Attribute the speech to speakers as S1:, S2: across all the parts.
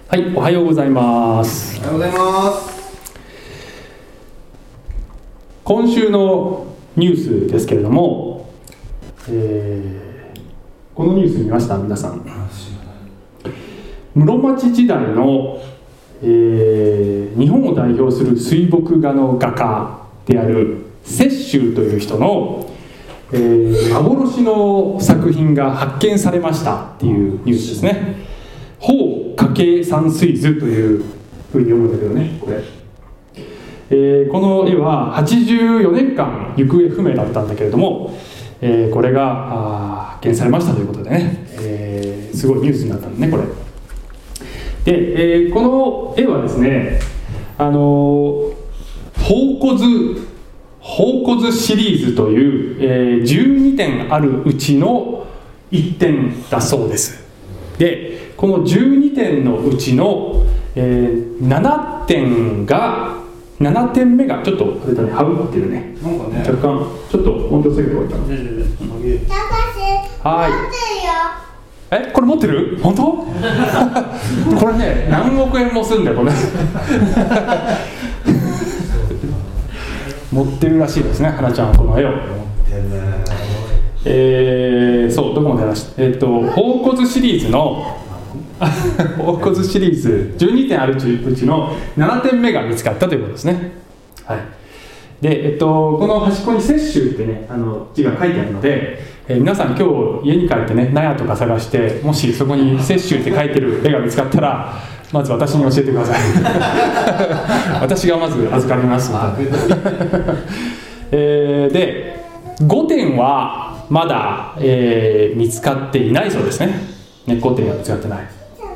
S1: はい、おはようございます。
S2: おはようございます。
S1: 今週のニュースですけれども、このニュース見ました？皆さん。室町時代の、日本を代表する水墨画の画家である雪舟という人の、幻の作品が発見されましたっていうニュースですね。宝華景山水図というふうに読むんだけどね、これ。この絵は84年間行方不明だったんだけれども、これが発見されましたということでね、すごいニュースになったんだね、これ。で、この絵はですね、宝庫図シリーズという、12点あるうちの1点だそうです。で、この12点のうちの、7点目がちょっとあれだね、羽織ってるね。
S2: なんかね、
S1: 若干ちょっと温度下げておいたの。はい。これ持ってる？本当？これね、何億円もするんだよこれ。持ってるらしいですね、花ちゃんはこの絵を。そう、どこまで話して、宝庫図シリーズの宝庫図シリーズ12点あるうちの7点目が見つかったということですね。はい。で、この端っこに雪舟ってね、字が書いてあるので、皆さん今日家に帰ってね、納屋とか探して、もしそこに雪舟って書いてる絵が見つかったら、まず私に教えてください。私がまず預かりますので。で、5点はまだ、見つかっていないそうですね。5点が見つかってない。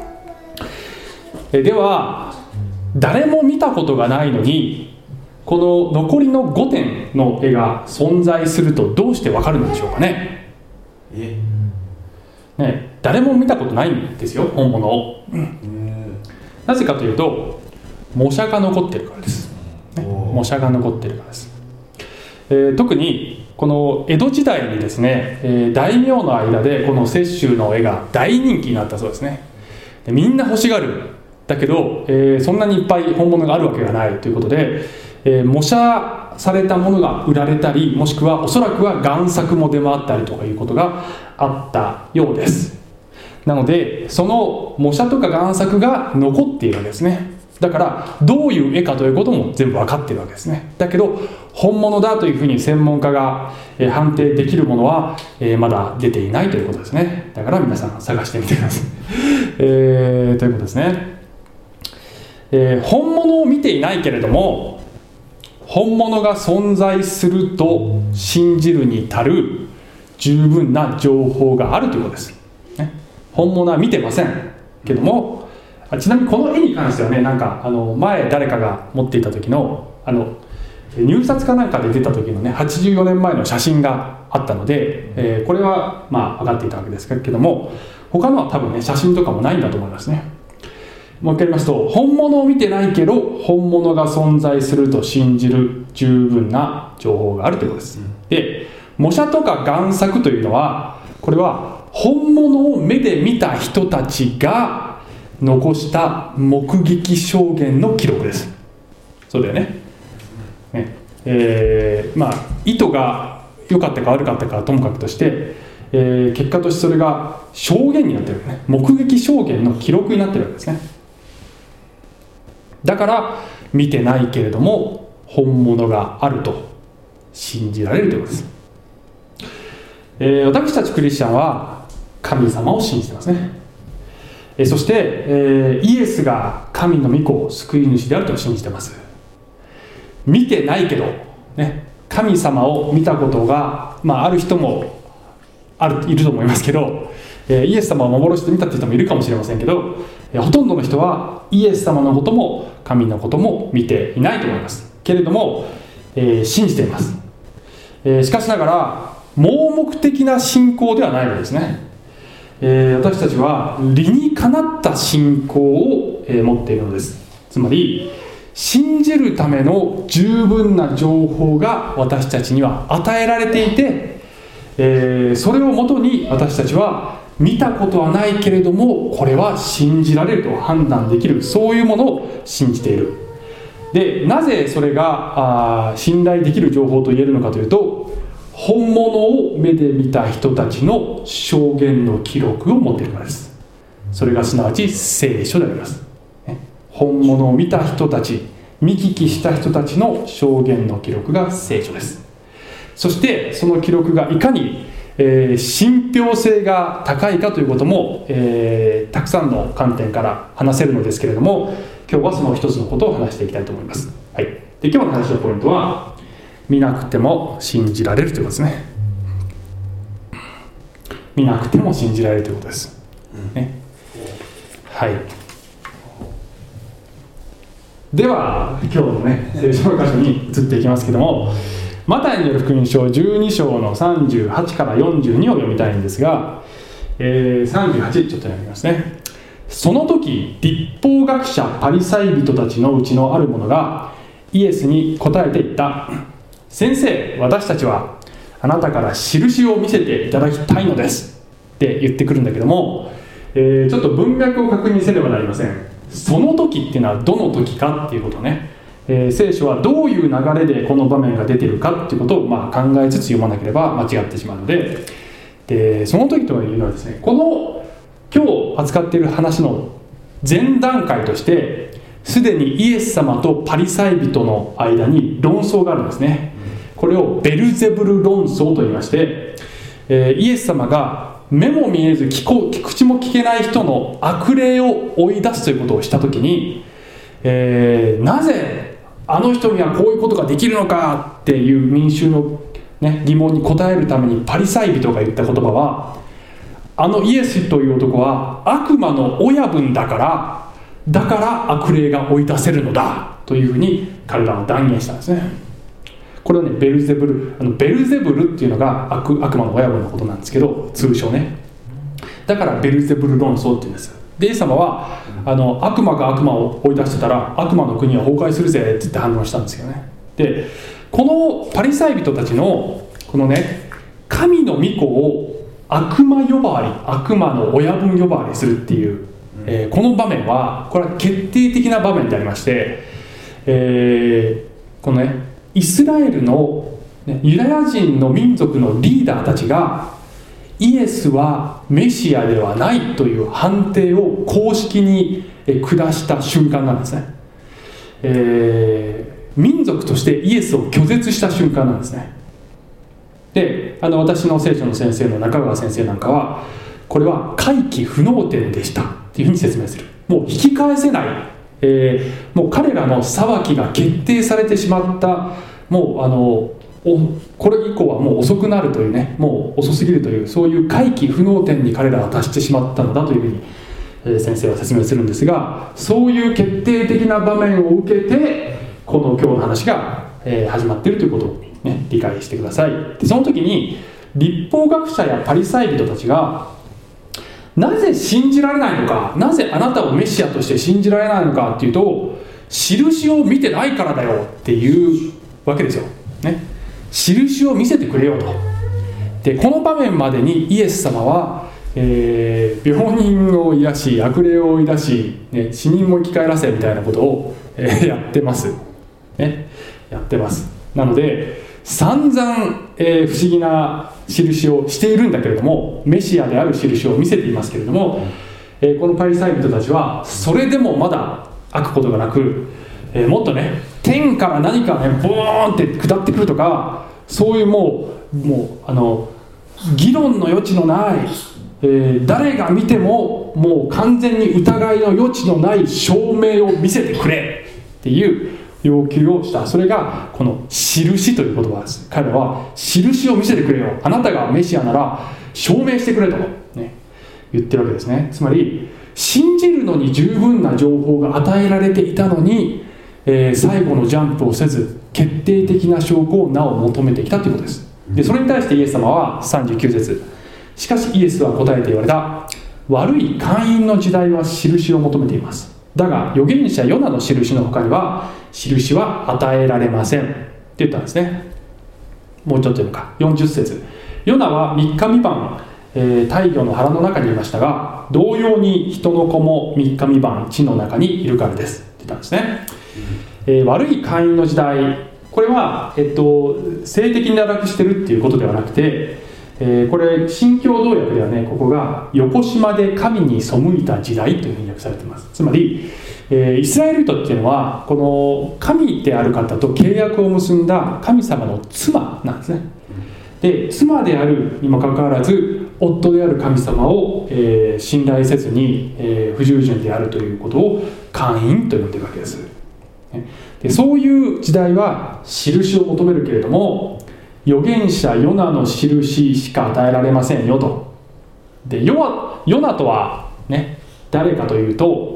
S1: では、誰も見たことがないのに、この残りの5点の絵が存在するとどうしてわかるのでしょうかね。誰も見たことないんですよ、本物を。なぜかというと、模写が残ってるからです。模写が残ってるからです。特にこの江戸時代にですね、大名の間でこの雪舟の絵が大人気になったそうですね。で、みんな欲しがる。だけど、そんなにいっぱい本物があるわけがないということで、模写されたものが売られたり、もしくはおそらくは贋作も出回ったりとかいうことがあったようです。なので、その模写とか贋作が残っているわけですね。だからどういう絵かということも全部分かっているわけですね。だけど本物だというふうに専門家が判定できるものはまだ出ていないということですね。だから皆さん探してみてください。ということですね。本物を見ていないけれども、本物が存在すると信じるに足る十分な情報があるということです、ね。本物は見てませんけども、ちなみにこの絵に関してはね、なんか前誰かが持っていた時の入札かなんかで出た時のね、84年前の写真があったので、これはまあ分かっていたわけですけども、他のは多分ね、写真とかもないんだと思いますね。もう一回言いますと、本物を見てないけど本物が存在すると信じる十分な情報があるということです。で、模写とか贋作というのは、これは本物を目で見た人たちが残した目撃証言の記録です。そうだよね。まあ意図が良かったか悪かったかはともかくとして、結果としてそれが証言になってるわけね。目撃証言の記録になってるわけですね。だから見てないけれども本物があると信じられるということです。私たちクリスチャンは神様を信じてますね。そして、イエスが神の御子、救い主であると信じてます。見てないけど、ね、神様を見たことが、ある人もいると思いますけど、イエス様を幻で見たって人もいるかもしれませんけど、ほとんどの人はイエス様のことも神のことも見ていないと思いますけれども、信じています。しかしながら盲目的な信仰ではないのですね。私たちは理にかなった信仰を、持っているのです。つまり信じるための十分な情報が私たちには与えられていて、それをもとに私たちは見たことはないけれどもこれは信じられると判断できる、そういうものを信じている。でなぜそれが信頼できる情報と言えるのかというと、本物を目で見た人たちの証言の記録を持っているからです。それがすなわち聖書であります。本物を見た人たち、見聞きした人たちの証言の記録が聖書です。そしてその記録がいかに、信憑性が高いかということも、たくさんの観点から話せるのですけれども、今日はその一つのことを話していきたいと思います。はい、で今日の話のポイントは、見なくても信じられるということですね。見なくても信じられるということです、ね。はい。では今日のね聖書の箇所に移っていきますけども、マタイによる福音書12章の38から42を読みたいんですが、38ちょっと読みますね。その時律法学者パリサイ人たちのうちのある者がイエスに答えて言った。先生、私たちはあなたから印を見せていただきたいのですって言ってくるんだけども、ちょっと文脈を確認せねばなりません。その時っていうのはどの時かっていうことね、聖書はどういう流れでこの場面が出てるかっていうことを考えつつ読まなければ間違ってしまうので、その時というのはですね、この今日扱っている話の前段階としてすでにイエス様とパリサイ人の間に論争があるんですね。これをベルゼブル論争と言いまして、イエス様が目も見えず口も聞けない人の悪霊を追い出すということをしたときに、なぜあの人にはこういうことができるのかっていう民衆の、疑問に答えるためにパリサイ人が言った言葉は、あのイエスという男は悪魔の親分だから悪霊が追い出せるのだというふうに彼らは断言したんですね。これはね、ベルゼブルっていうのが悪魔の親分のことなんですけど、通称ね。だからベルゼブル論争っていうんです。でイエス様は悪魔が悪魔を追い出してたら悪魔の国は崩壊するぜって言って反論したんですよね。でこのパリサイ人たちのこのね、神の御子を悪魔呼ばわり、悪魔の親分呼ばわりするっていう、この場面はこれは決定的な場面でありまして、このねイスラエルの、ユダヤ人の民族のリーダーたちがイエスはメシアではないという判定を公式に下した瞬間なんですね。民族としてイエスを拒絶した瞬間なんですね。で私の聖書の先生の中川先生なんかは、これは回帰不能点でしたっていうふうに説明する。もう引き返せない、もう彼らの裁きが決定されてしまった、もうこれ以降はもう遅くなるというね、もう遅すぎるという、そういう回帰不能点に彼らは達してしまったのだというふうに、先生は説明するんですが、そういう決定的な場面を受けてこの今日の話が、始まっているということを、理解してください。でその時に律法学者やパリサイ人たちがなぜ信じられないのか、なぜあなたをメシアとして信じられないのかっていうと、印を見てないからだよっていうわけですよ、印を見せてくれよと。でこの場面までにイエス様は、病人を癒し、悪霊を追い出し、死人も生き返らせみたいなことを、やってます、やってます。なので散々、不思議な印をしているんだけれども、メシアである印を見せていますけれども、このパリサイ人たちはそれでもまだ開くことがなく、もっとね、天から何かねボーンって下ってくるとか、そういうもう議論の余地のない、誰が見てももう完全に疑いの余地のない証明を見せてくれっていう要求をした。それがこの印という言葉です。彼らは印を見せてくれよ、あなたがメシアなら証明してくれと、言ってるわけですね。つまり信じるのに十分な情報が与えられていたのに、最後のジャンプをせず決定的な証拠をなお求めてきたということです。でそれに対してイエス様は39節、しかしイエスは答えて言われた。悪い会員の時代は印を求めています。だが預言者ヨナの印の他には印は与えられませんって言ったんですね。もうちょっと読むか。40節、ヨナは3日3晩、 大魚の腹の中にいましたが、同様に人の子も3日3晩地の中にいるからですって言ったんですね。悪い会員の時代、これは、性的に堕落してるっていうことではなくて、これ新共同訳ではね、ここが横島で神に背いた時代というふうに訳されています。つまり、イスラエル人っていうのはこの神である方と契約を結んだ神様の妻なんですね。で、妻であるにもかかわらず夫である神様を、信頼せずに、不従順であるということを姦淫と呼んでいるわけです。で、そういう時代は印を求めるけれども、預言者ヨナの印しか与えられませんよと。で、ヨナとはね、誰かというと、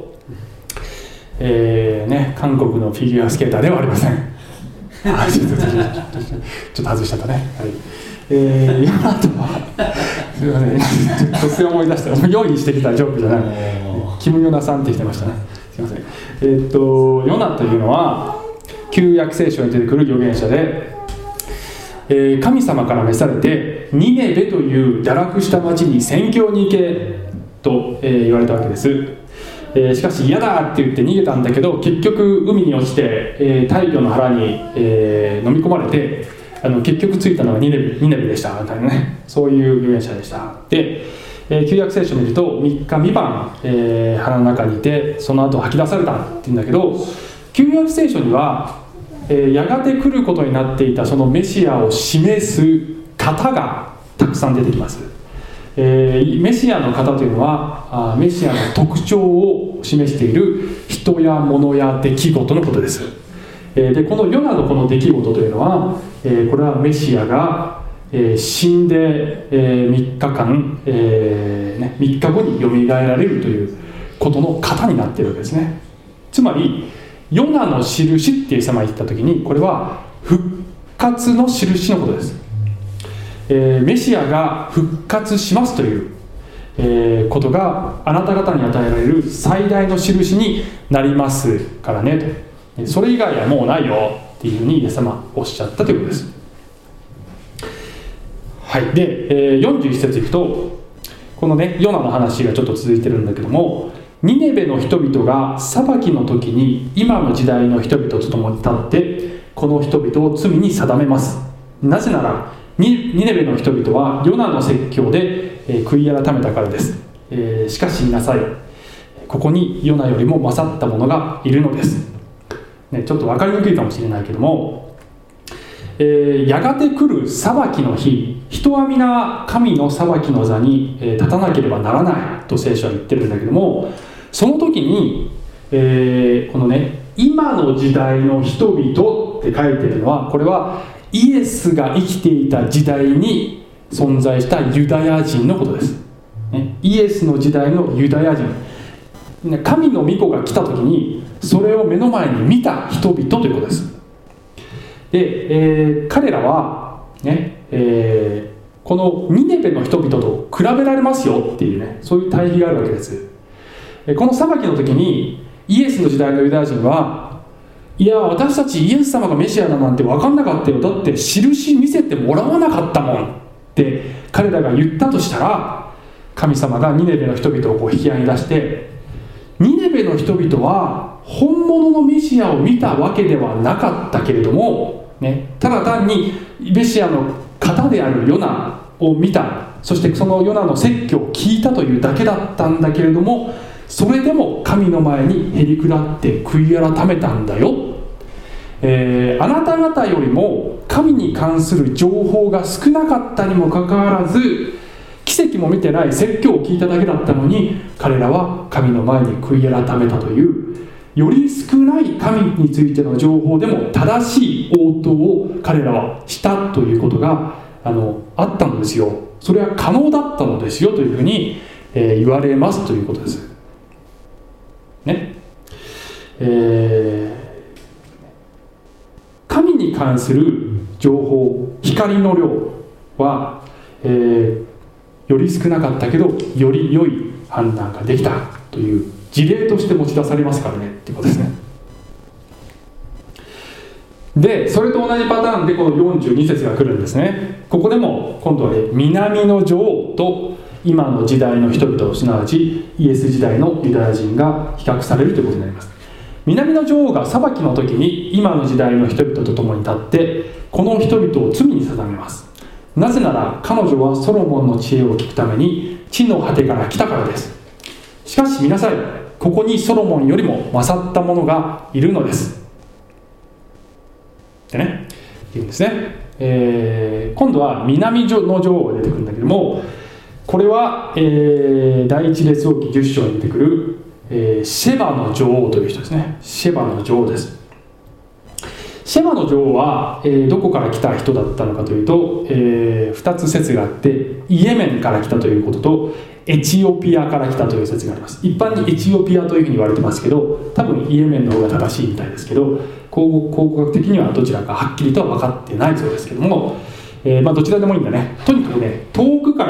S1: 韓国のフィギュアスケーターではありません。ちょっと外しちゃったね。はい、ヨナとはすみません、突然思い出した用意してきたジョークじゃない、キム・ヨナさんって言ってましたね。すみません。ヨナというのは旧約聖書に出てくる預言者で、神様から召されてニネベという堕落した町に宣教に行けと、言われたわけです。しかし嫌だって言って逃げたんだけど、結局海に落ちて、大魚の腹に、飲み込まれて、結局着いたのがニネベでしたみたいなね、そういう預言者でした。で、旧約聖書を見ると3日3晩、腹の中にいて、その後吐き出されたって言うんだけど、旧約聖書にはやがて来ることになっていたそのメシアを示す方がたくさん出てきます。メシアの方というのはメシアの特徴を示している人や物や出来事のことです。で、このヨナのこの出来事というのは、これはメシアが、死んで、3日間、3日後によみがえられるということの型になっているわけですね。つまりヨナの印ってイエス様が言ったときに、これは復活の印のことです。メシアが復活しますという、ことがあなた方に与えられる最大の印になりますからねと。それ以外はもうないよっていうふうにイエス様はおっしゃったということです。はい。で、41節いくと、このねヨナの話がちょっと続いてるんだけども、ニネベの人々が裁きの時に今の時代の人々と共に立ってこの人々を罪に定めます。なぜならニネベの人々はヨナの説教で、悔い改めたからです。しかし言いなさい、ここにヨナよりも勝った者がいるのです、ね、ちょっと分かりにくいかもしれないけども、やがて来る裁きの日、人は皆神の裁きの座に立たなければならないと聖書は言ってるんだけども、その時に、このね今の時代の人々って書いてるのは、これはイエスが生きていた時代に存在したユダヤ人のことです、ね、イエスの時代のユダヤ人、神の御子が来た時にそれを目の前に見た人々ということです。で、彼らは、ねこのニネベの人々と比べられますよっていうね、そういう対比があるわけです。この裁きの時にイエスの時代のユダヤ人は、いや私たちイエス様がメシアだなんて分かんなかったよ、だって印見せてもらわなかったもんって彼らが言ったとしたら、神様がニネベの人々をこう引き合いに出して、ニネベの人々は本物のメシアを見たわけではなかったけれども、ね、ただ単にメシアの方であるヨナを見た、そしてそのヨナの説教を聞いたというだけだったんだけれども、それでも神の前にへり下って悔い改めたんだよ、あなた方よりも神に関する情報が少なかったにもかかわらず、奇跡も見てない説教を聞いただけだったのに、彼らは神の前に悔い改めたという、より少ない神についての情報でも正しい応答を彼らはしたということがあったのですよ。それは可能だったのですよというふうに、言われますということですね。神に関する情報、光の量は、より少なかったけどより良い判断ができたという事例として持ち出されますからねっていうことですね。で、それと同じパターンでこの42節が来るんですね。ここでも今度はね、南の女王と、 今の時代の人々、すなわちイエス時代のユダヤ人が比較されるということになります。南の女王が裁きの時に今の時代の人々と共に立ってこの人々を罪に定めます。なぜなら彼女はソロモンの知恵を聞くために地の果てから来たからです。しかし見なさい、ここにソロモンよりも勝った者がいるのですってね、言うんですね。今度は南の女王が出てくるんだけども、これは、第一列王記10章に出てくる、シェバの女王という人ですね。シェバの女王です。シェバの女王は、どこから来た人だったのかというと、2つ説があって、イエメンから来たということとエチオピアから来たという説があります。一般にエチオピアというふうに言われてますけど、多分イエメンの方が正しいみたいですけど、考古学的にはどちらかはっきりとは分かってないそうですけども、どちらでもいいんだね。とにかくね、遠くから、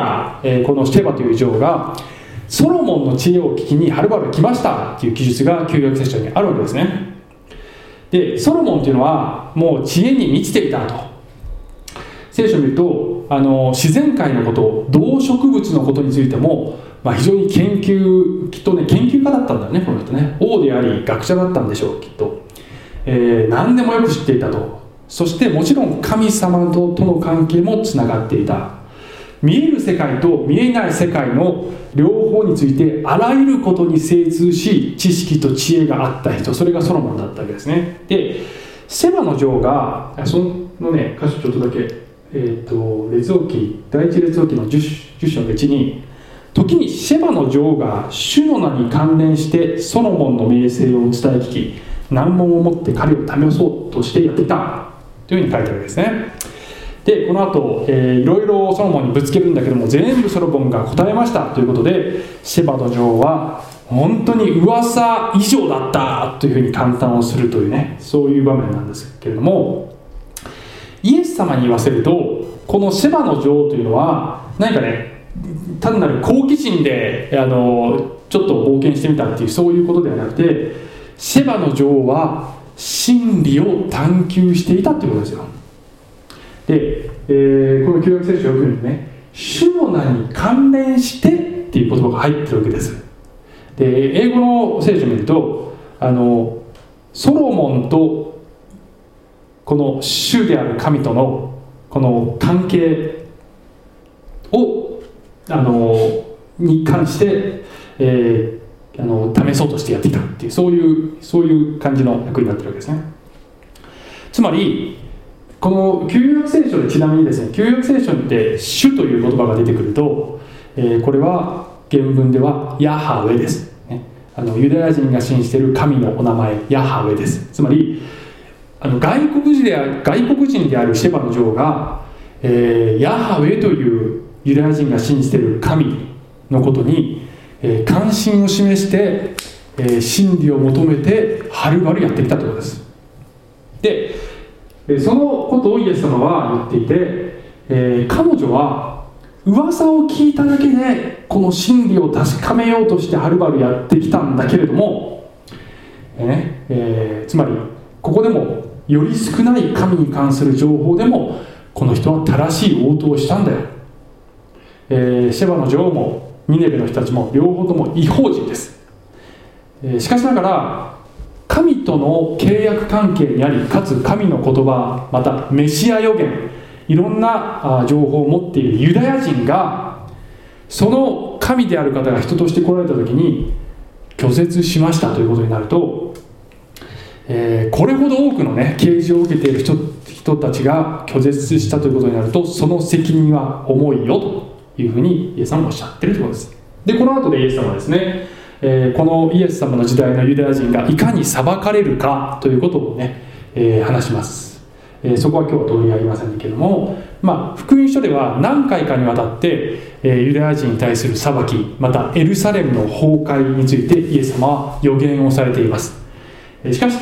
S1: このシェバという女王がソロモンの知恵を聞きにはるばる来ましたっていう記述が旧約聖書にあるわけですね。でソロモンというのはもう知恵に満ちていたと。聖書を見ると自然界のこと、動植物のことについても、非常にきっとね研究家だったんだよね、この人ね。王であり学者だったんでしょう、きっと。何でもよく知っていたと。そしてもちろん神様との関係もつながっていた。見える世界と見えない世界の両方についてあらゆることに精通し、知識と知恵があった人、それがソロモンだったわけですね。でセバの女王がそのね箇所ちょっとだけ、列王記第一列王記の 10章のうちに、時にシェバの女王が主の名に関連してソロモンの名声を伝え聞き、難問を持って彼を試そうとしてやっていたというふうに書いてあるわけですね。でこの後、いろいろソロモンにぶつけるんだけども、全部ソロモンが答えましたということで、シェバの女王は本当に噂以上だったというふうに感嘆をするというね、そういう場面なんですけれども、イエス様に言わせると、このシェバの女王というのは何かね、単なる好奇心でちょっと冒険してみたっていう、そういうことではなくて、シェバの女王は真理を探求していたということですよ。で、この旧約聖書をよく見るとね、主の名に関連してっていう言葉が入ってるわけです。で英語の聖書を見るとソロモンとこの主である神とのこの関係をに関して、試そうとしてやっていたっていう、そういう感じの役になってるわけですね。つまりこの旧約聖書で、ちなみにですね、旧約聖書って主という言葉が出てくると、これは原文ではヤハウェです、ね、ユダヤ人が信じている神のお名前、ヤハウェです。つまり外国人であるシェバの女王が、ヤハウェというユダヤ人が信じている神のことに、関心を示して、真理を求めてはるばるやってきたということです。でそのことをイエス様は言っていて、彼女は噂を聞いただけでこの真理を確かめようとしてはるばるやってきたんだけれども、つまりここでもより少ない神に関する情報でもこの人は正しい応答をしたんだよ。シェバの女王もニネベの人たちも両方とも異邦人です。しかしながら神との契約関係にあり、かつ神の言葉、またメシア予言、いろんな情報を持っているユダヤ人が、その神である方が人として来られた時に拒絶しましたということになると、これほど多くのね啓示を受けている人たちが拒絶したということになると、その責任は重いよというふうにイエス様はおっしゃっているということです。でこの後でイエス様はですね、このイエス様の時代のユダヤ人がいかに裁かれるかということをね、話します。そこは今日は取り上げませんけれども、福音書では何回かにわたって、ユダヤ人に対する裁き、またエルサレムの崩壊についてイエス様は予言をされています。しかして、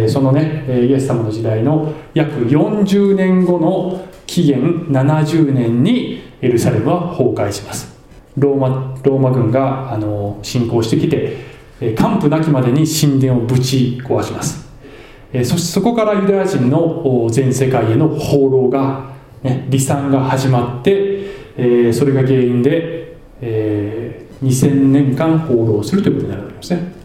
S1: そのねイエス様の時代の約40年後の紀元70年にエルサレムは崩壊します。ローマ軍が侵攻してきて、完膚なきまでに神殿をぶち壊します。そしてそこからユダヤ人の全世界への放浪が、離散が始まって、それが原因で 2000年間放浪するということになるわけですね。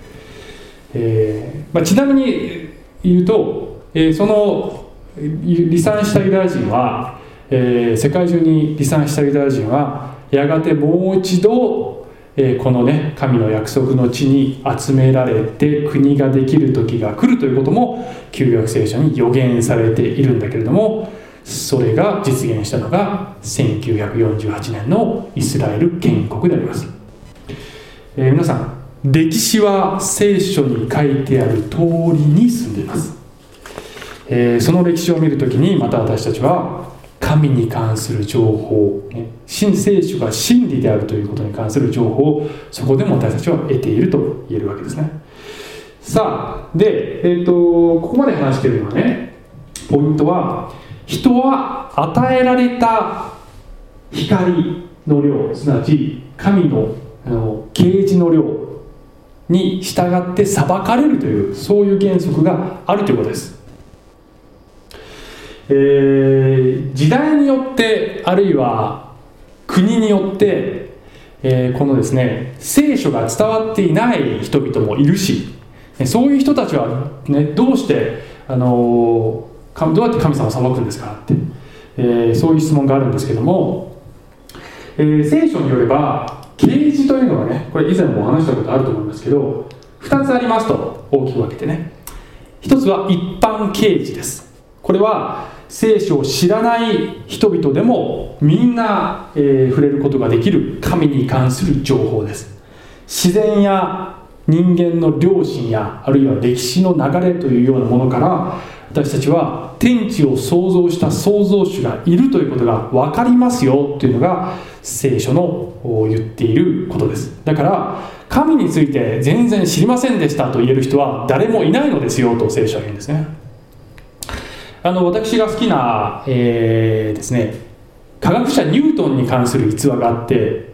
S1: ちなみに言うと、その離散したユダヤ人は、世界中に離散したユダヤ人はやがてもう一度、このね神の約束の地に集められて国ができる時が来るということも旧約聖書に予言されているんだけれども、それが実現したのが1948年のイスラエル建国であります。皆さん、歴史は聖書に書いてある通りに進んでいます。その歴史を見るときにまた私たちは神に関する情報、聖書が真理であるということに関する情報をそこでも私たちは得ていると言えるわけですね。さあで、ここまで話しているのはね、ポイントは人は与えられた光の量、すなわち神の啓示の量に従って裁かれるという、そういう原則があるということです。時代によってあるいは国によって、このですね聖書が伝わっていない人々もいるし、そういう人たちは、ね、どうしてどうやって神様を裁くんですかって、そういう質問があるんですけども、聖書によれば啓示というのはね、これ以前もお話したことあると思いますけど、2つありますと大きく分けてね。1つは一般啓示です。これは聖書を知らない人々でもみんな、触れることができる神に関する情報です。自然や人間の良心やあるいは歴史の流れというようなものから私たちは天地を創造した創造主がいるということが分かりますよというのが聖書の言っていることです。だから神について全然知りませんでしたと言える人は誰もいないのですよと聖書は言うんですね。私が好きな、ですね、科学者ニュートンに関する逸話があって、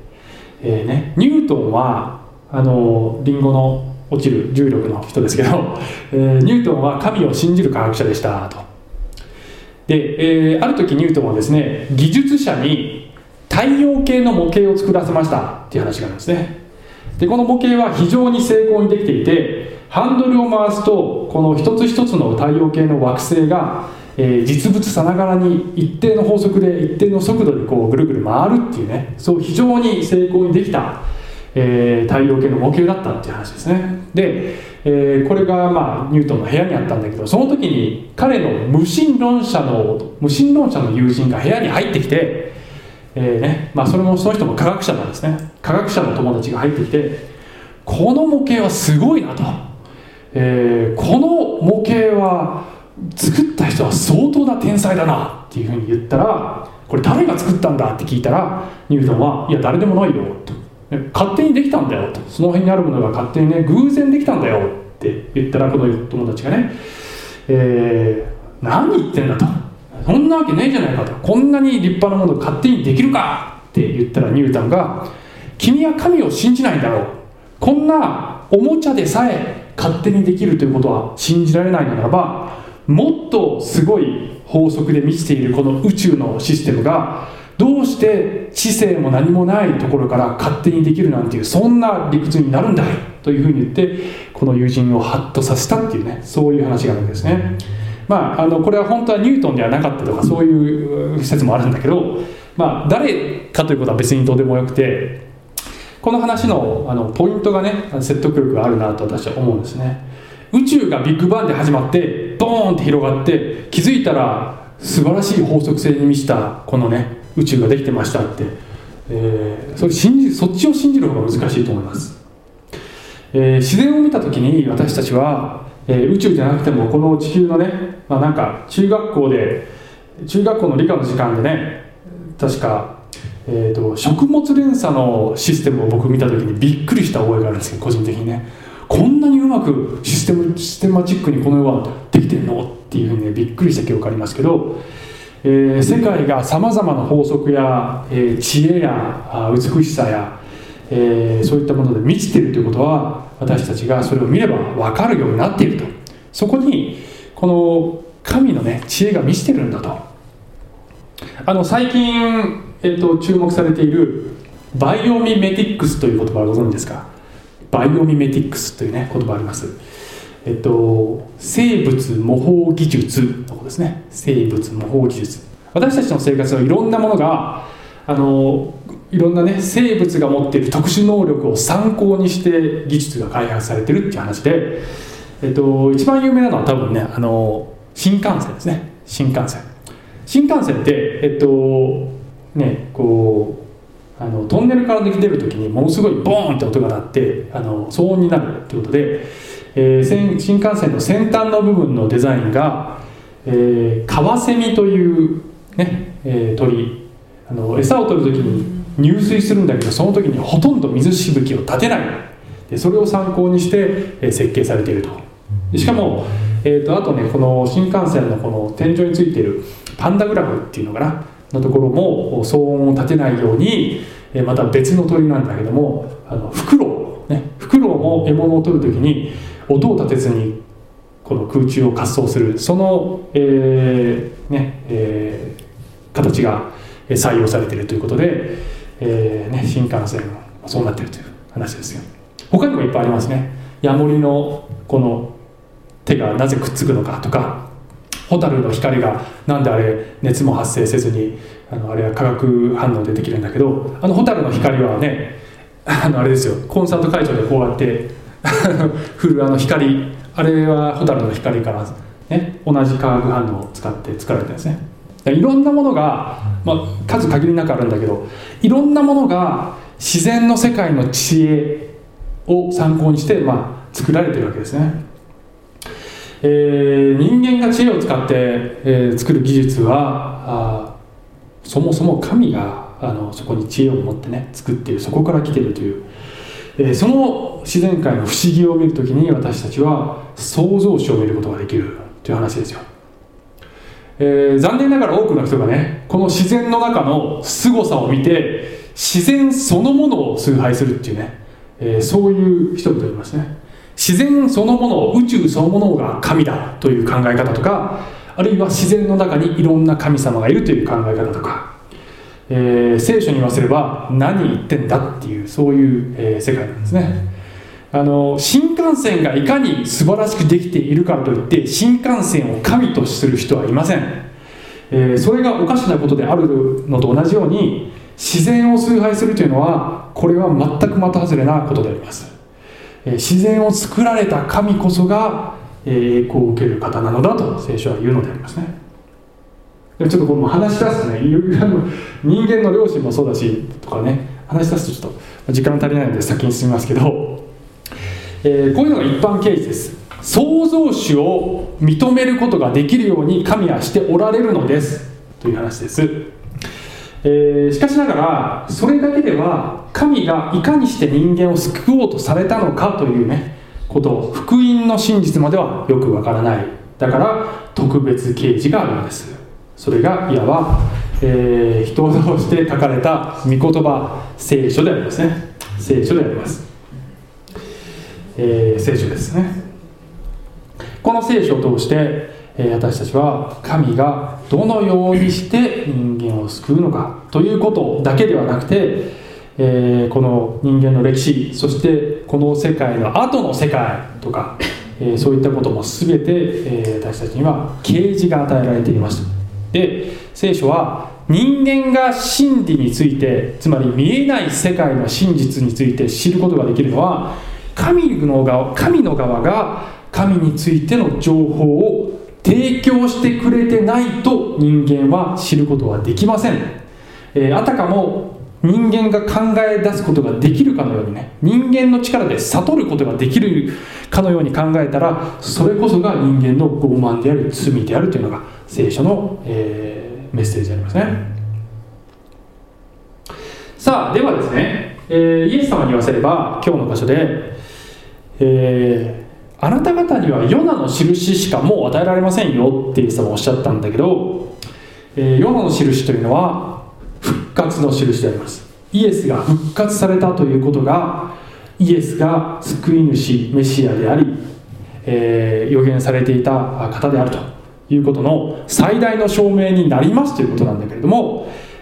S1: ニュートンはリンゴの落ちる重力の人ですけど、ニュートンは神を信じる科学者でしたと。で、ある時ニュートンはですね、技術者に太陽系の模型を作らせましたっていう話があるんですね。でこの模型は非常に精巧にできていて、ハンドルを回すとこの一つ一つの太陽系の惑星が、実物さながらに一定の法則で一定の速度でこうぐるぐる回るっていうね、そう非常に精巧にできた、太陽系の模型だったっていう話ですね。で、これが、ニュートンの部屋にあったんだけど、その時に彼の無神論者の友人が部屋に入ってきて、その人も科学者なんですね。科学者の友達が入ってきて、この模型はすごいなと、この模型は作った人は相当な天才だなっていうふうに言ったら、これ誰が作ったんだって聞いたら、ニュートンはいや誰でもないよと、勝手にできたんだよと、その辺にあるものが勝手にね偶然できたんだよって言ったら、この友達がね、何言ってんだと、そんなわけないじゃないかと、こんなに立派なものが勝手にできるかって言ったら、ニュートンが君は神を信じないんだろう、こんなおもちゃでさえ勝手にできるということは信じられないならば、もっとすごい法則で満ちているこの宇宙のシステムがどうして知性も何もないところから勝手にできるなんていう、そんな理屈になるんだいというふうに言って、この友人をハッとさせたっていうね、そういう話があるわけですね。これは本当はニュートンではなかったとか、そういう説もあるんだけど、誰かということは別にどうでもよくて、この話のポイントがね、説得力があるなと私は思うんですね。宇宙がビッグバンで始まってドーンって広がって、気づいたら素晴らしい法則性に満ちたこのね宇宙ができてましたって、そっちを信じる方が難しいと思います。自然を見た時に私たちは、宇宙じゃなくてもこの地球のね、中学校の理科の時間でね、確か、食物連鎖のシステムを僕見た時にびっくりした覚えがあるんですけど、個人的にね、こんなにうまくシステマチックにこの世はできてるのっていうふうにね、びっくりした記憶がありますけど、世界がさまざまな法則や、知恵や美しさや、そういったもので満ちているということは、私たちがそれを見れば分かるようになっていると。そこにこの神のね知恵が満ちてるんだと。最近、注目されているバイオミメティックスという言葉をご存知ですか？バイオミメティックスというね言葉あります。生物模倣技術のことですね。生物模倣技術、私たちの生活のいろんなものがいろんなね生物が持っている特殊能力を参考にして技術が開発されてるっていう話で、一番有名なのは多分ね新幹線ですね。新幹線ってこうトンネルから出る時にものすごいボーンって音が鳴って騒音になるっていうことで、新幹線の先端の部分のデザインが、カワセミというね、鳥餌を取る時に入水するんだけど、その時にほとんど水しぶきを立てないで、それを参考にして、設計されていると。しかも、あとねこの新幹線のこの天井についているパンダグラフっていうのかなのところも騒音を立てないように、また別の鳥なんだけどもフクロウも獲物を取る時に音を立てずにこの空中を滑走する、その、形が採用されているということで、新幹線そうなっているという話ですよ。他にもいっぱいありますね。ヤモリのこの手がなぜくっつくのかとか、ホタルの光がなんであれ熱も発生せずにあれは化学反応でできるんだけど、ホタルの光はねあれですよ、コンサート会場でこうやって振る光、あれはホタルの光から、ね、同じ化学反応を使って作られてるんですね。いろんなものが、数限りなくあるんだけど、いろんなものが自然の世界の知恵を参考にして、作られてるわけですね。人間が知恵を使って、作る技術はそもそも神がそこに知恵を持ってね作っている、そこから来ているという、その自然界の不思議を見るときに私たちは創造主を見ることができるという話ですよ。残念ながら多くの人がねこの自然の中の凄さを見て自然そのものを崇拝するっていうね、そういう人々がいますね。自然そのもの、宇宙そのものが神だという考え方とか、あるいは自然の中にいろんな神様がいるという考え方とか、聖書に言わせれば何言ってんだっていう、そういう、世界なんですね。新幹線がいかに素晴らしくできているからといって新幹線を神とする人はいません。それがおかしなことであるのと同じように、自然を崇拝するというのはこれは全く的外れなことであります。自然を作られた神こそが栄光を受ける方なのだと聖書は言うのでありますね。ちょっとこの話し出すとね、人間の良心もそうだしとかね、話し出すとちょっと時間足りないので先に進みますけど、こういうのが一般形式です。創造主を認めることができるように神はしておられるのですという話です。しかしながらそれだけでは神がいかにして人間を救おうとされたのかというねこと福音の真実まではよくわからない。だから特別啓示があるのです。それがいわば、人を通して書かれた御言葉、聖書でありますね。聖書であります。聖書ですね。この聖書を通して私たちは神がどのようにして人間を救うのかということだけではなくて、この人間の歴史、そしてこの世界の後の世界とか、そういったことも全て、私たちには啓示が与えられています。で、聖書は人間が真理について、つまり見えない世界の真実について知ることができるのは神の側が神についての情報を提供してくれてないと人間は知ることはできません。あたかも人間が考え出すことができるかのようにね、人間の力で悟ることができるかのように考えたら、それこそが人間の傲慢である、罪であるというのが聖書の、メッセージでありますね。さあ、ではですね、イエス様に言わせれば今日の箇所で、あなた方にはヨナの印しかもう与えられませんよってイエス様はおっしゃったんだけど、ヨナの印というのは復活の印であります。イエスが復活されたということが、イエスが救い主メシアであり、予言されていた方であるということの最大の証明になりますということなんだけれども、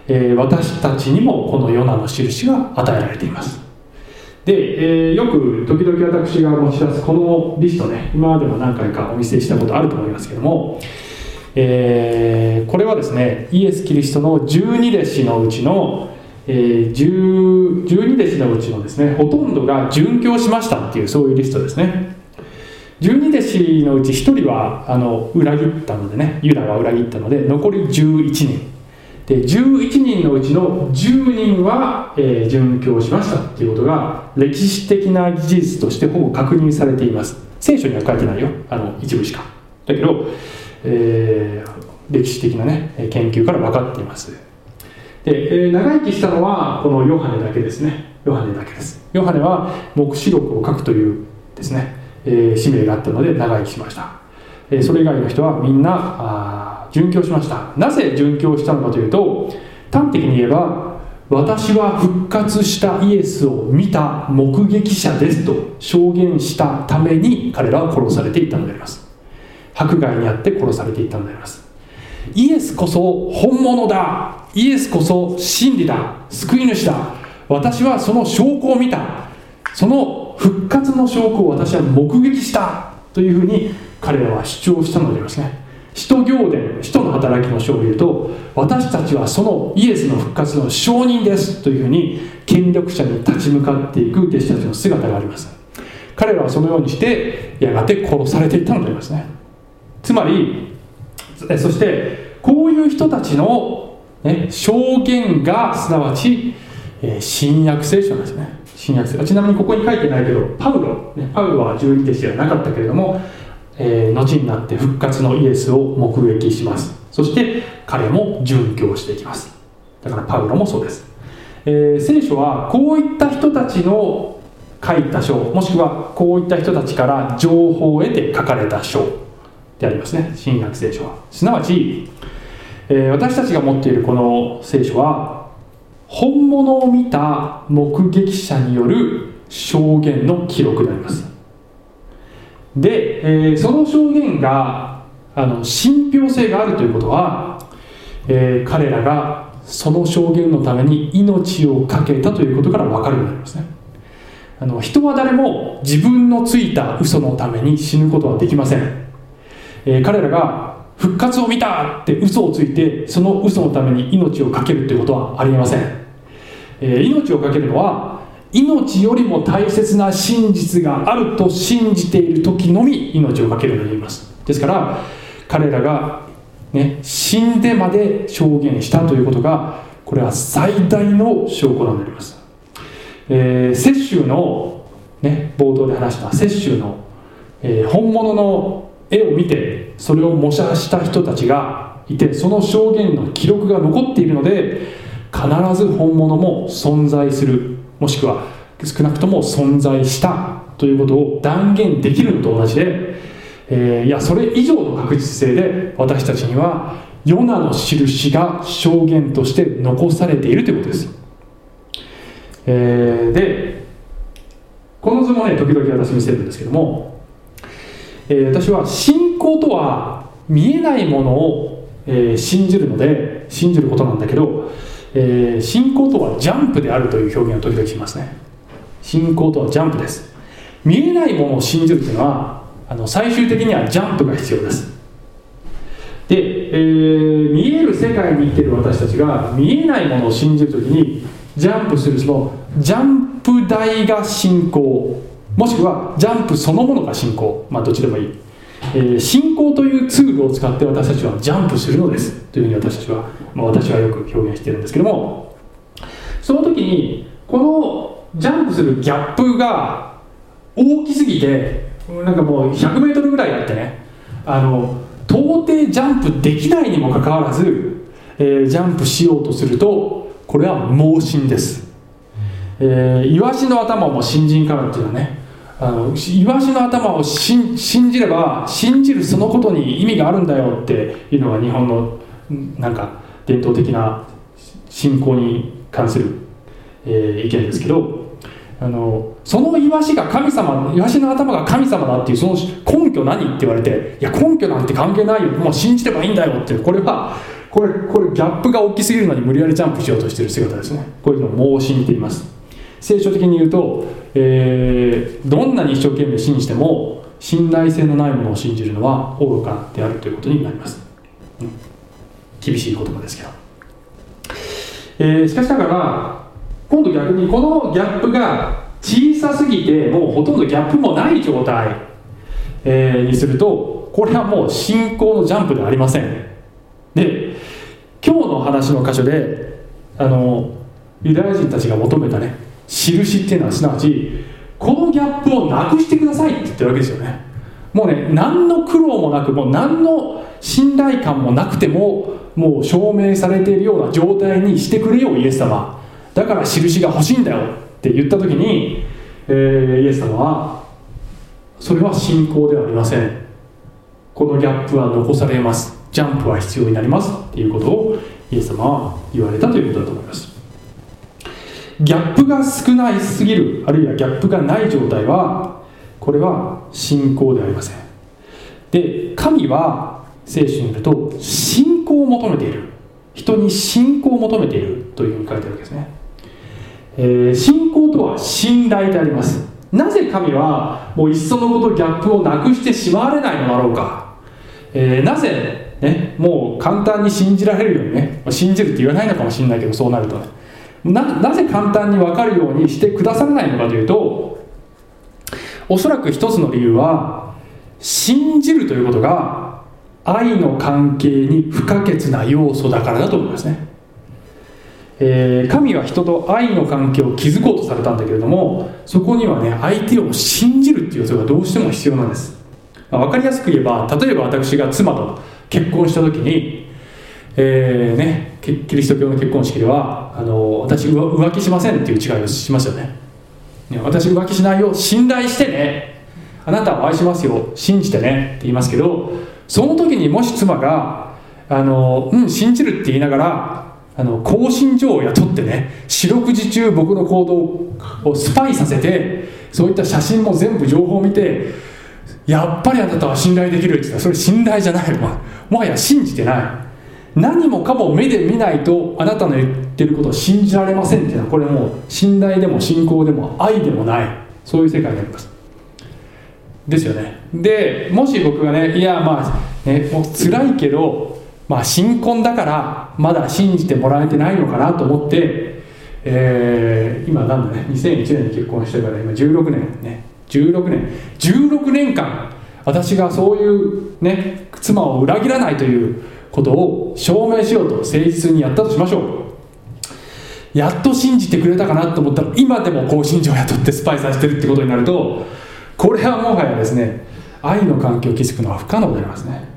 S1: 私たちにもこのヨナの印が与えられています。で、よく時々私が持ち出すこのリストね、今までも何回かお見せしたことあると思いますけども、これはですね、イエス・キリストの12弟子のうちの、12弟子のうちのですね、ほとんどが殉教しましたっていう、そういうリストですね。12弟子のうち1人は裏切ったのでね、ユダは裏切ったので残り11人で、11人のうちの10人は、殉教しましたっていうことが歴史的な事実としてほぼ確認されています。聖書には書いてないよ、一部しか。だけど、歴史的なね研究から分かっています。で、長生きしたのはこのヨハネだけですね。ヨハネだけです。ヨハネは黙示録を書くというですね、使命があったので長生きしました。それ以外の人はみんな殉教しました。なぜ殉教したのかというと、端的に言えば、私は復活したイエスを見た目撃者ですと証言したために彼らは殺されていったのであります。迫害にあって殺されていったのであります。イエスこそ本物だ、イエスこそ真理だ、救い主だ、私はその証拠を見た、その復活の証拠を私は目撃したというふうに彼らは主張したのでありますね。使徒行伝、使徒の働きの書を見ると、私たちはそのイエスの復活の証人ですというふうに権力者に立ち向かっていく弟子たちの姿があります。彼らはそのようにしてやがて殺されていったのでありますね。つまり、そしてこういう人たちの、証言がすなわち、新約聖書なんですね。新約聖書。ちなみにここに書いてないけど、パウロは12弟子ではなかったけれども、後になって復活のイエスを目撃します。そして彼も殉教していきます。だからパウロもそうです。聖書はこういった人たちの書いた書、もしくはこういった人たちから情報を得て書かれた書でありますね、新約聖書は。すなわち、私たちが持っているこの聖書は本物を見た目撃者による証言の記録であります。で、その証言が信憑性があるということは、彼らがその証言のために命を懸けたということから分かるようになりますね。人は誰も自分のついた嘘のために死ぬことはできません。彼らが復活を見たって嘘をついてその嘘のために命を懸けるということはありえません。命を懸けるのは命よりも大切な真実があると信じている時のみ命を懸けるようになります。ですから彼らが、死んでまで証言したということが、これは最大の証拠になります。雪舟の、冒頭で話した雪舟の、本物の絵を見てそれを模写した人たちがいて、その証言の記録が残っているので、必ず本物も存在する、もしくは少なくとも存在したということを断言できるのと同じで、いやそれ以上の確実性で私たちにはヨナの印が証言として残されているということです。でこの図も時々私見せるんですけども、私は信仰とは見えないものを、信じるので信じることなんだけど、信仰とはジャンプであるという表現を時々しますね。信仰とはジャンプです。見えないものを信じるというのは最終的にはジャンプが必要です。で、見える世界に生きている私たちが見えないものを信じるときにジャンプするそのジャンプ台が信仰、もしくはジャンプそのものが信仰、どっちでもいい。信仰というツールを使って私たちはジャンプするのですというふうに私はよく表現しているんですけども、その時にこのジャンプするギャップが大きすぎて、なんかもう100メートルぐらいあってね、到底ジャンプできないにもかかわらず、ジャンプしようとするとこれは盲信です。イワシの頭も新人からっていうのはね、イワシの頭を信じれば信じるそのことに意味があるんだよっていうのが日本のなんか伝統的な信仰に関する、意見ですけど、そのイワシが神様、イワシの頭が神様だっていうその根拠何って言われて、いや根拠なんて関係ないよ、もう信じればいいんだよっていう、これはこれギャップが大きすぎるのに無理やりジャンプしようとしている姿ですね。こういうのを盲信と言います。聖書的に言うと、どんなに一生懸命信じても信頼性のないものを信じるのは愚かであるということになります。厳しい言葉ですけど、しかしながら今度逆にこのギャップが小さすぎてもうほとんどギャップもない状態、にするとこれはもう信仰のジャンプではありません。で、今日の話の箇所でユダヤ人たちが求めたね印っていうのはすなわちこのギャップをなくしてくださいって言ってるわけですよね。もうね、何の苦労もなく、もう何の信頼感もなくてももう証明されているような状態にしてくれよイエス様、だから印が欲しいんだよって言った時に、イエス様はそれは信仰ではありません、このギャップは残されます、ジャンプは必要になりますっていうことをイエス様は言われたということだと思います。ギャップが少ないすぎる、あるいはギャップがない状態はこれは信仰ではありません。で、神は聖書によると信仰を求めている、人に信仰を求めているというふうに書いてあるわけですね。信仰とは信頼であります。なぜ神はもういっそのことギャップをなくしてしまわれないのだろうか、なぜ、ね、もう簡単に信じられるようにね、信じるって言わないのかもしれないけど、そうなるとね、なぜ簡単に分かるようにしてくださらないのかというと、おそらく一つの理由は信じるということが愛の関係に不可欠な要素だからだと思いますね。神は人と愛の関係を築こうとされたんだけれども、そこにはね、相手を信じるっていう要素がどうしても必要なんです。分かりやすく言えば、例えば私が妻と結婚した時に、キリスト教の結婚式では私浮気しませんっていう違いをしましたよね。私浮気しないよ、信頼してね、あなたを愛しますよ、信じてねって言いますけど、その時にもし妻が信じるって言いながら興信所を雇ってね、四六時中僕の行動をスパイさせて、そういった写真も全部情報を見て、やっぱりあなたは信頼できるって言ったら、それ信頼じゃないの、もはや信じてない。何もかも目で見ないとあなたの言ってることを信じられませんっていうのは、これもう信頼でも信仰でも愛でもない、そういう世界になりますですよね。で、もし僕がね、いやもう辛いけど、新婚だからまだ信じてもらえてないのかなと思って、今なんだね、2001年に結婚してから今16年ね、16年間私がそういうね、妻を裏切らないということを証明しようと誠実にやったとしましょう。やっと信じてくれたかなと思ったら、今でも興信所を雇ってスパイさせてるってことになると、これはもはやですね、愛の関係を築くのは不可能でありますね。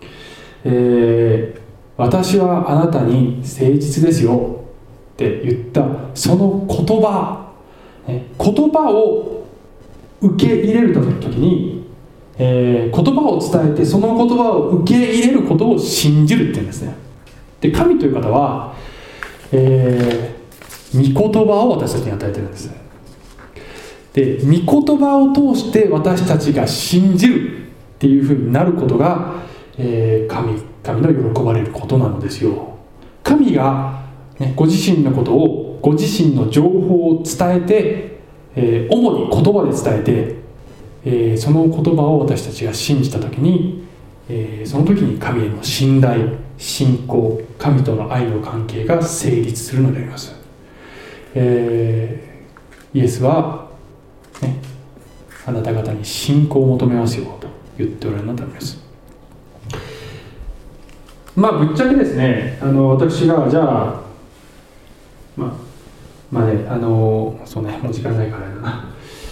S1: 私はあなたに誠実ですよって言ったその言葉を受け入れる時に、言葉を伝えてその言葉を受け入れることを信じるって言うんですね。で、神という方は、御言葉を私たちに与えてるんです。で、御言葉を通して私たちが信じるっていうふうになることが、神の喜ばれることなのですよ。神が、ご自身のことを、ご自身の情報を伝えて、主に言葉で伝えて、その言葉を私たちが信じたときに、その時に神への信頼、信仰、神との愛の関係が成立するのであります。イエスは、あなた方に信仰を求めますよと言っておられるのだと思います。ぶっちゃけですね、私がじゃあそうね、もう時間ないからだな、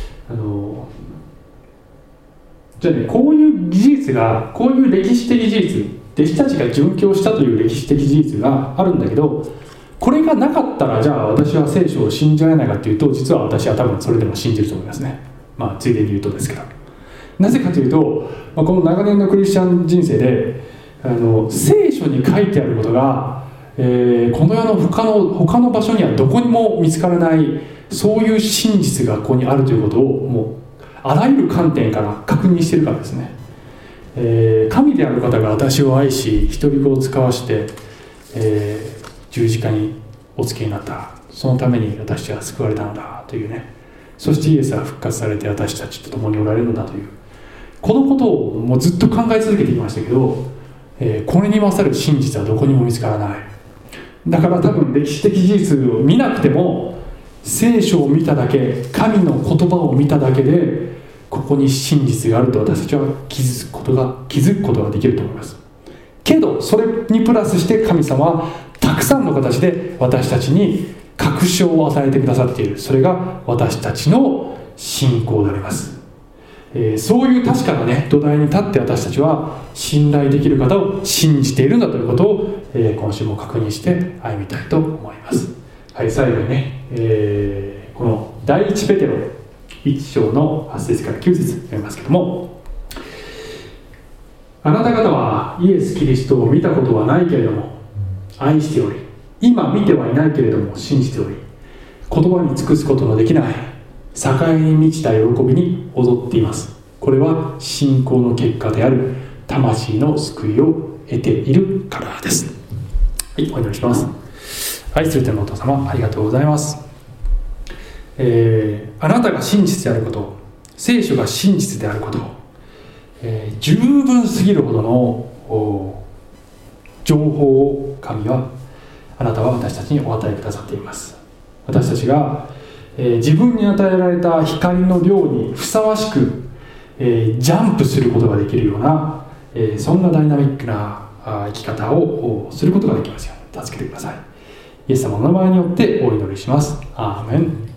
S1: じゃあね、こういう事実が、こういう歴史的事実、弟子たちが殉教したという歴史的事実があるんだけど、これがなかったらじゃあ私は聖書を信じられないかというと、実は私は多分それでも信じると思いますね。ついでに言うとですけど、なぜかというと、この長年のクリスチャン人生で聖書に書いてあることが、この世の他の場所にはどこにも見つからない、そういう真実がここにあるということをもうあらゆる観点から確認しているからですね。神である方が私を愛し、一人子を使わして、 十字架にお付けになった、そのために私たちは救われたのだというね、そしてイエスは復活されて私たちと共におられるのだという、このことをもうずっと考え続けてきましたけど、これに勝る真実はどこにも見つからない。だから多分歴史的事実を見なくても、聖書を見ただけ、神の言葉を見ただけで、ここに真実があると私たちは気づくことができると思います。けどそれにプラスして神様はたくさんの形で私たちに確証を与えてくださっている。それが私たちの信仰であります。そういう確かなね土台に立って私たちは信頼できる方を信じているんだということを、今週も確認して歩みたいと思います。はい、最後にね、この第一ペテロ1章の8節から9節読みますけども、あなた方はイエス・キリストを見たことはないけれども愛しており、今見てはいないけれども信じており、言葉に尽くすことのできない栄に満ちた喜びに踊っています。これは信仰の結果である魂の救いを得ているからです。はい、お祈りします。愛する天のお父様、ありがとうございます。あなたが真実であること、聖書が真実であること、十分すぎるほどの情報をあなたは私たちにお与えくださっています。私たちが、自分に与えられた光の量にふさわしく、ジャンプすることができるような、そんなダイナミックな生き方をすることができますように助けてください。イエス様の名前によってお祈りします。アーメン。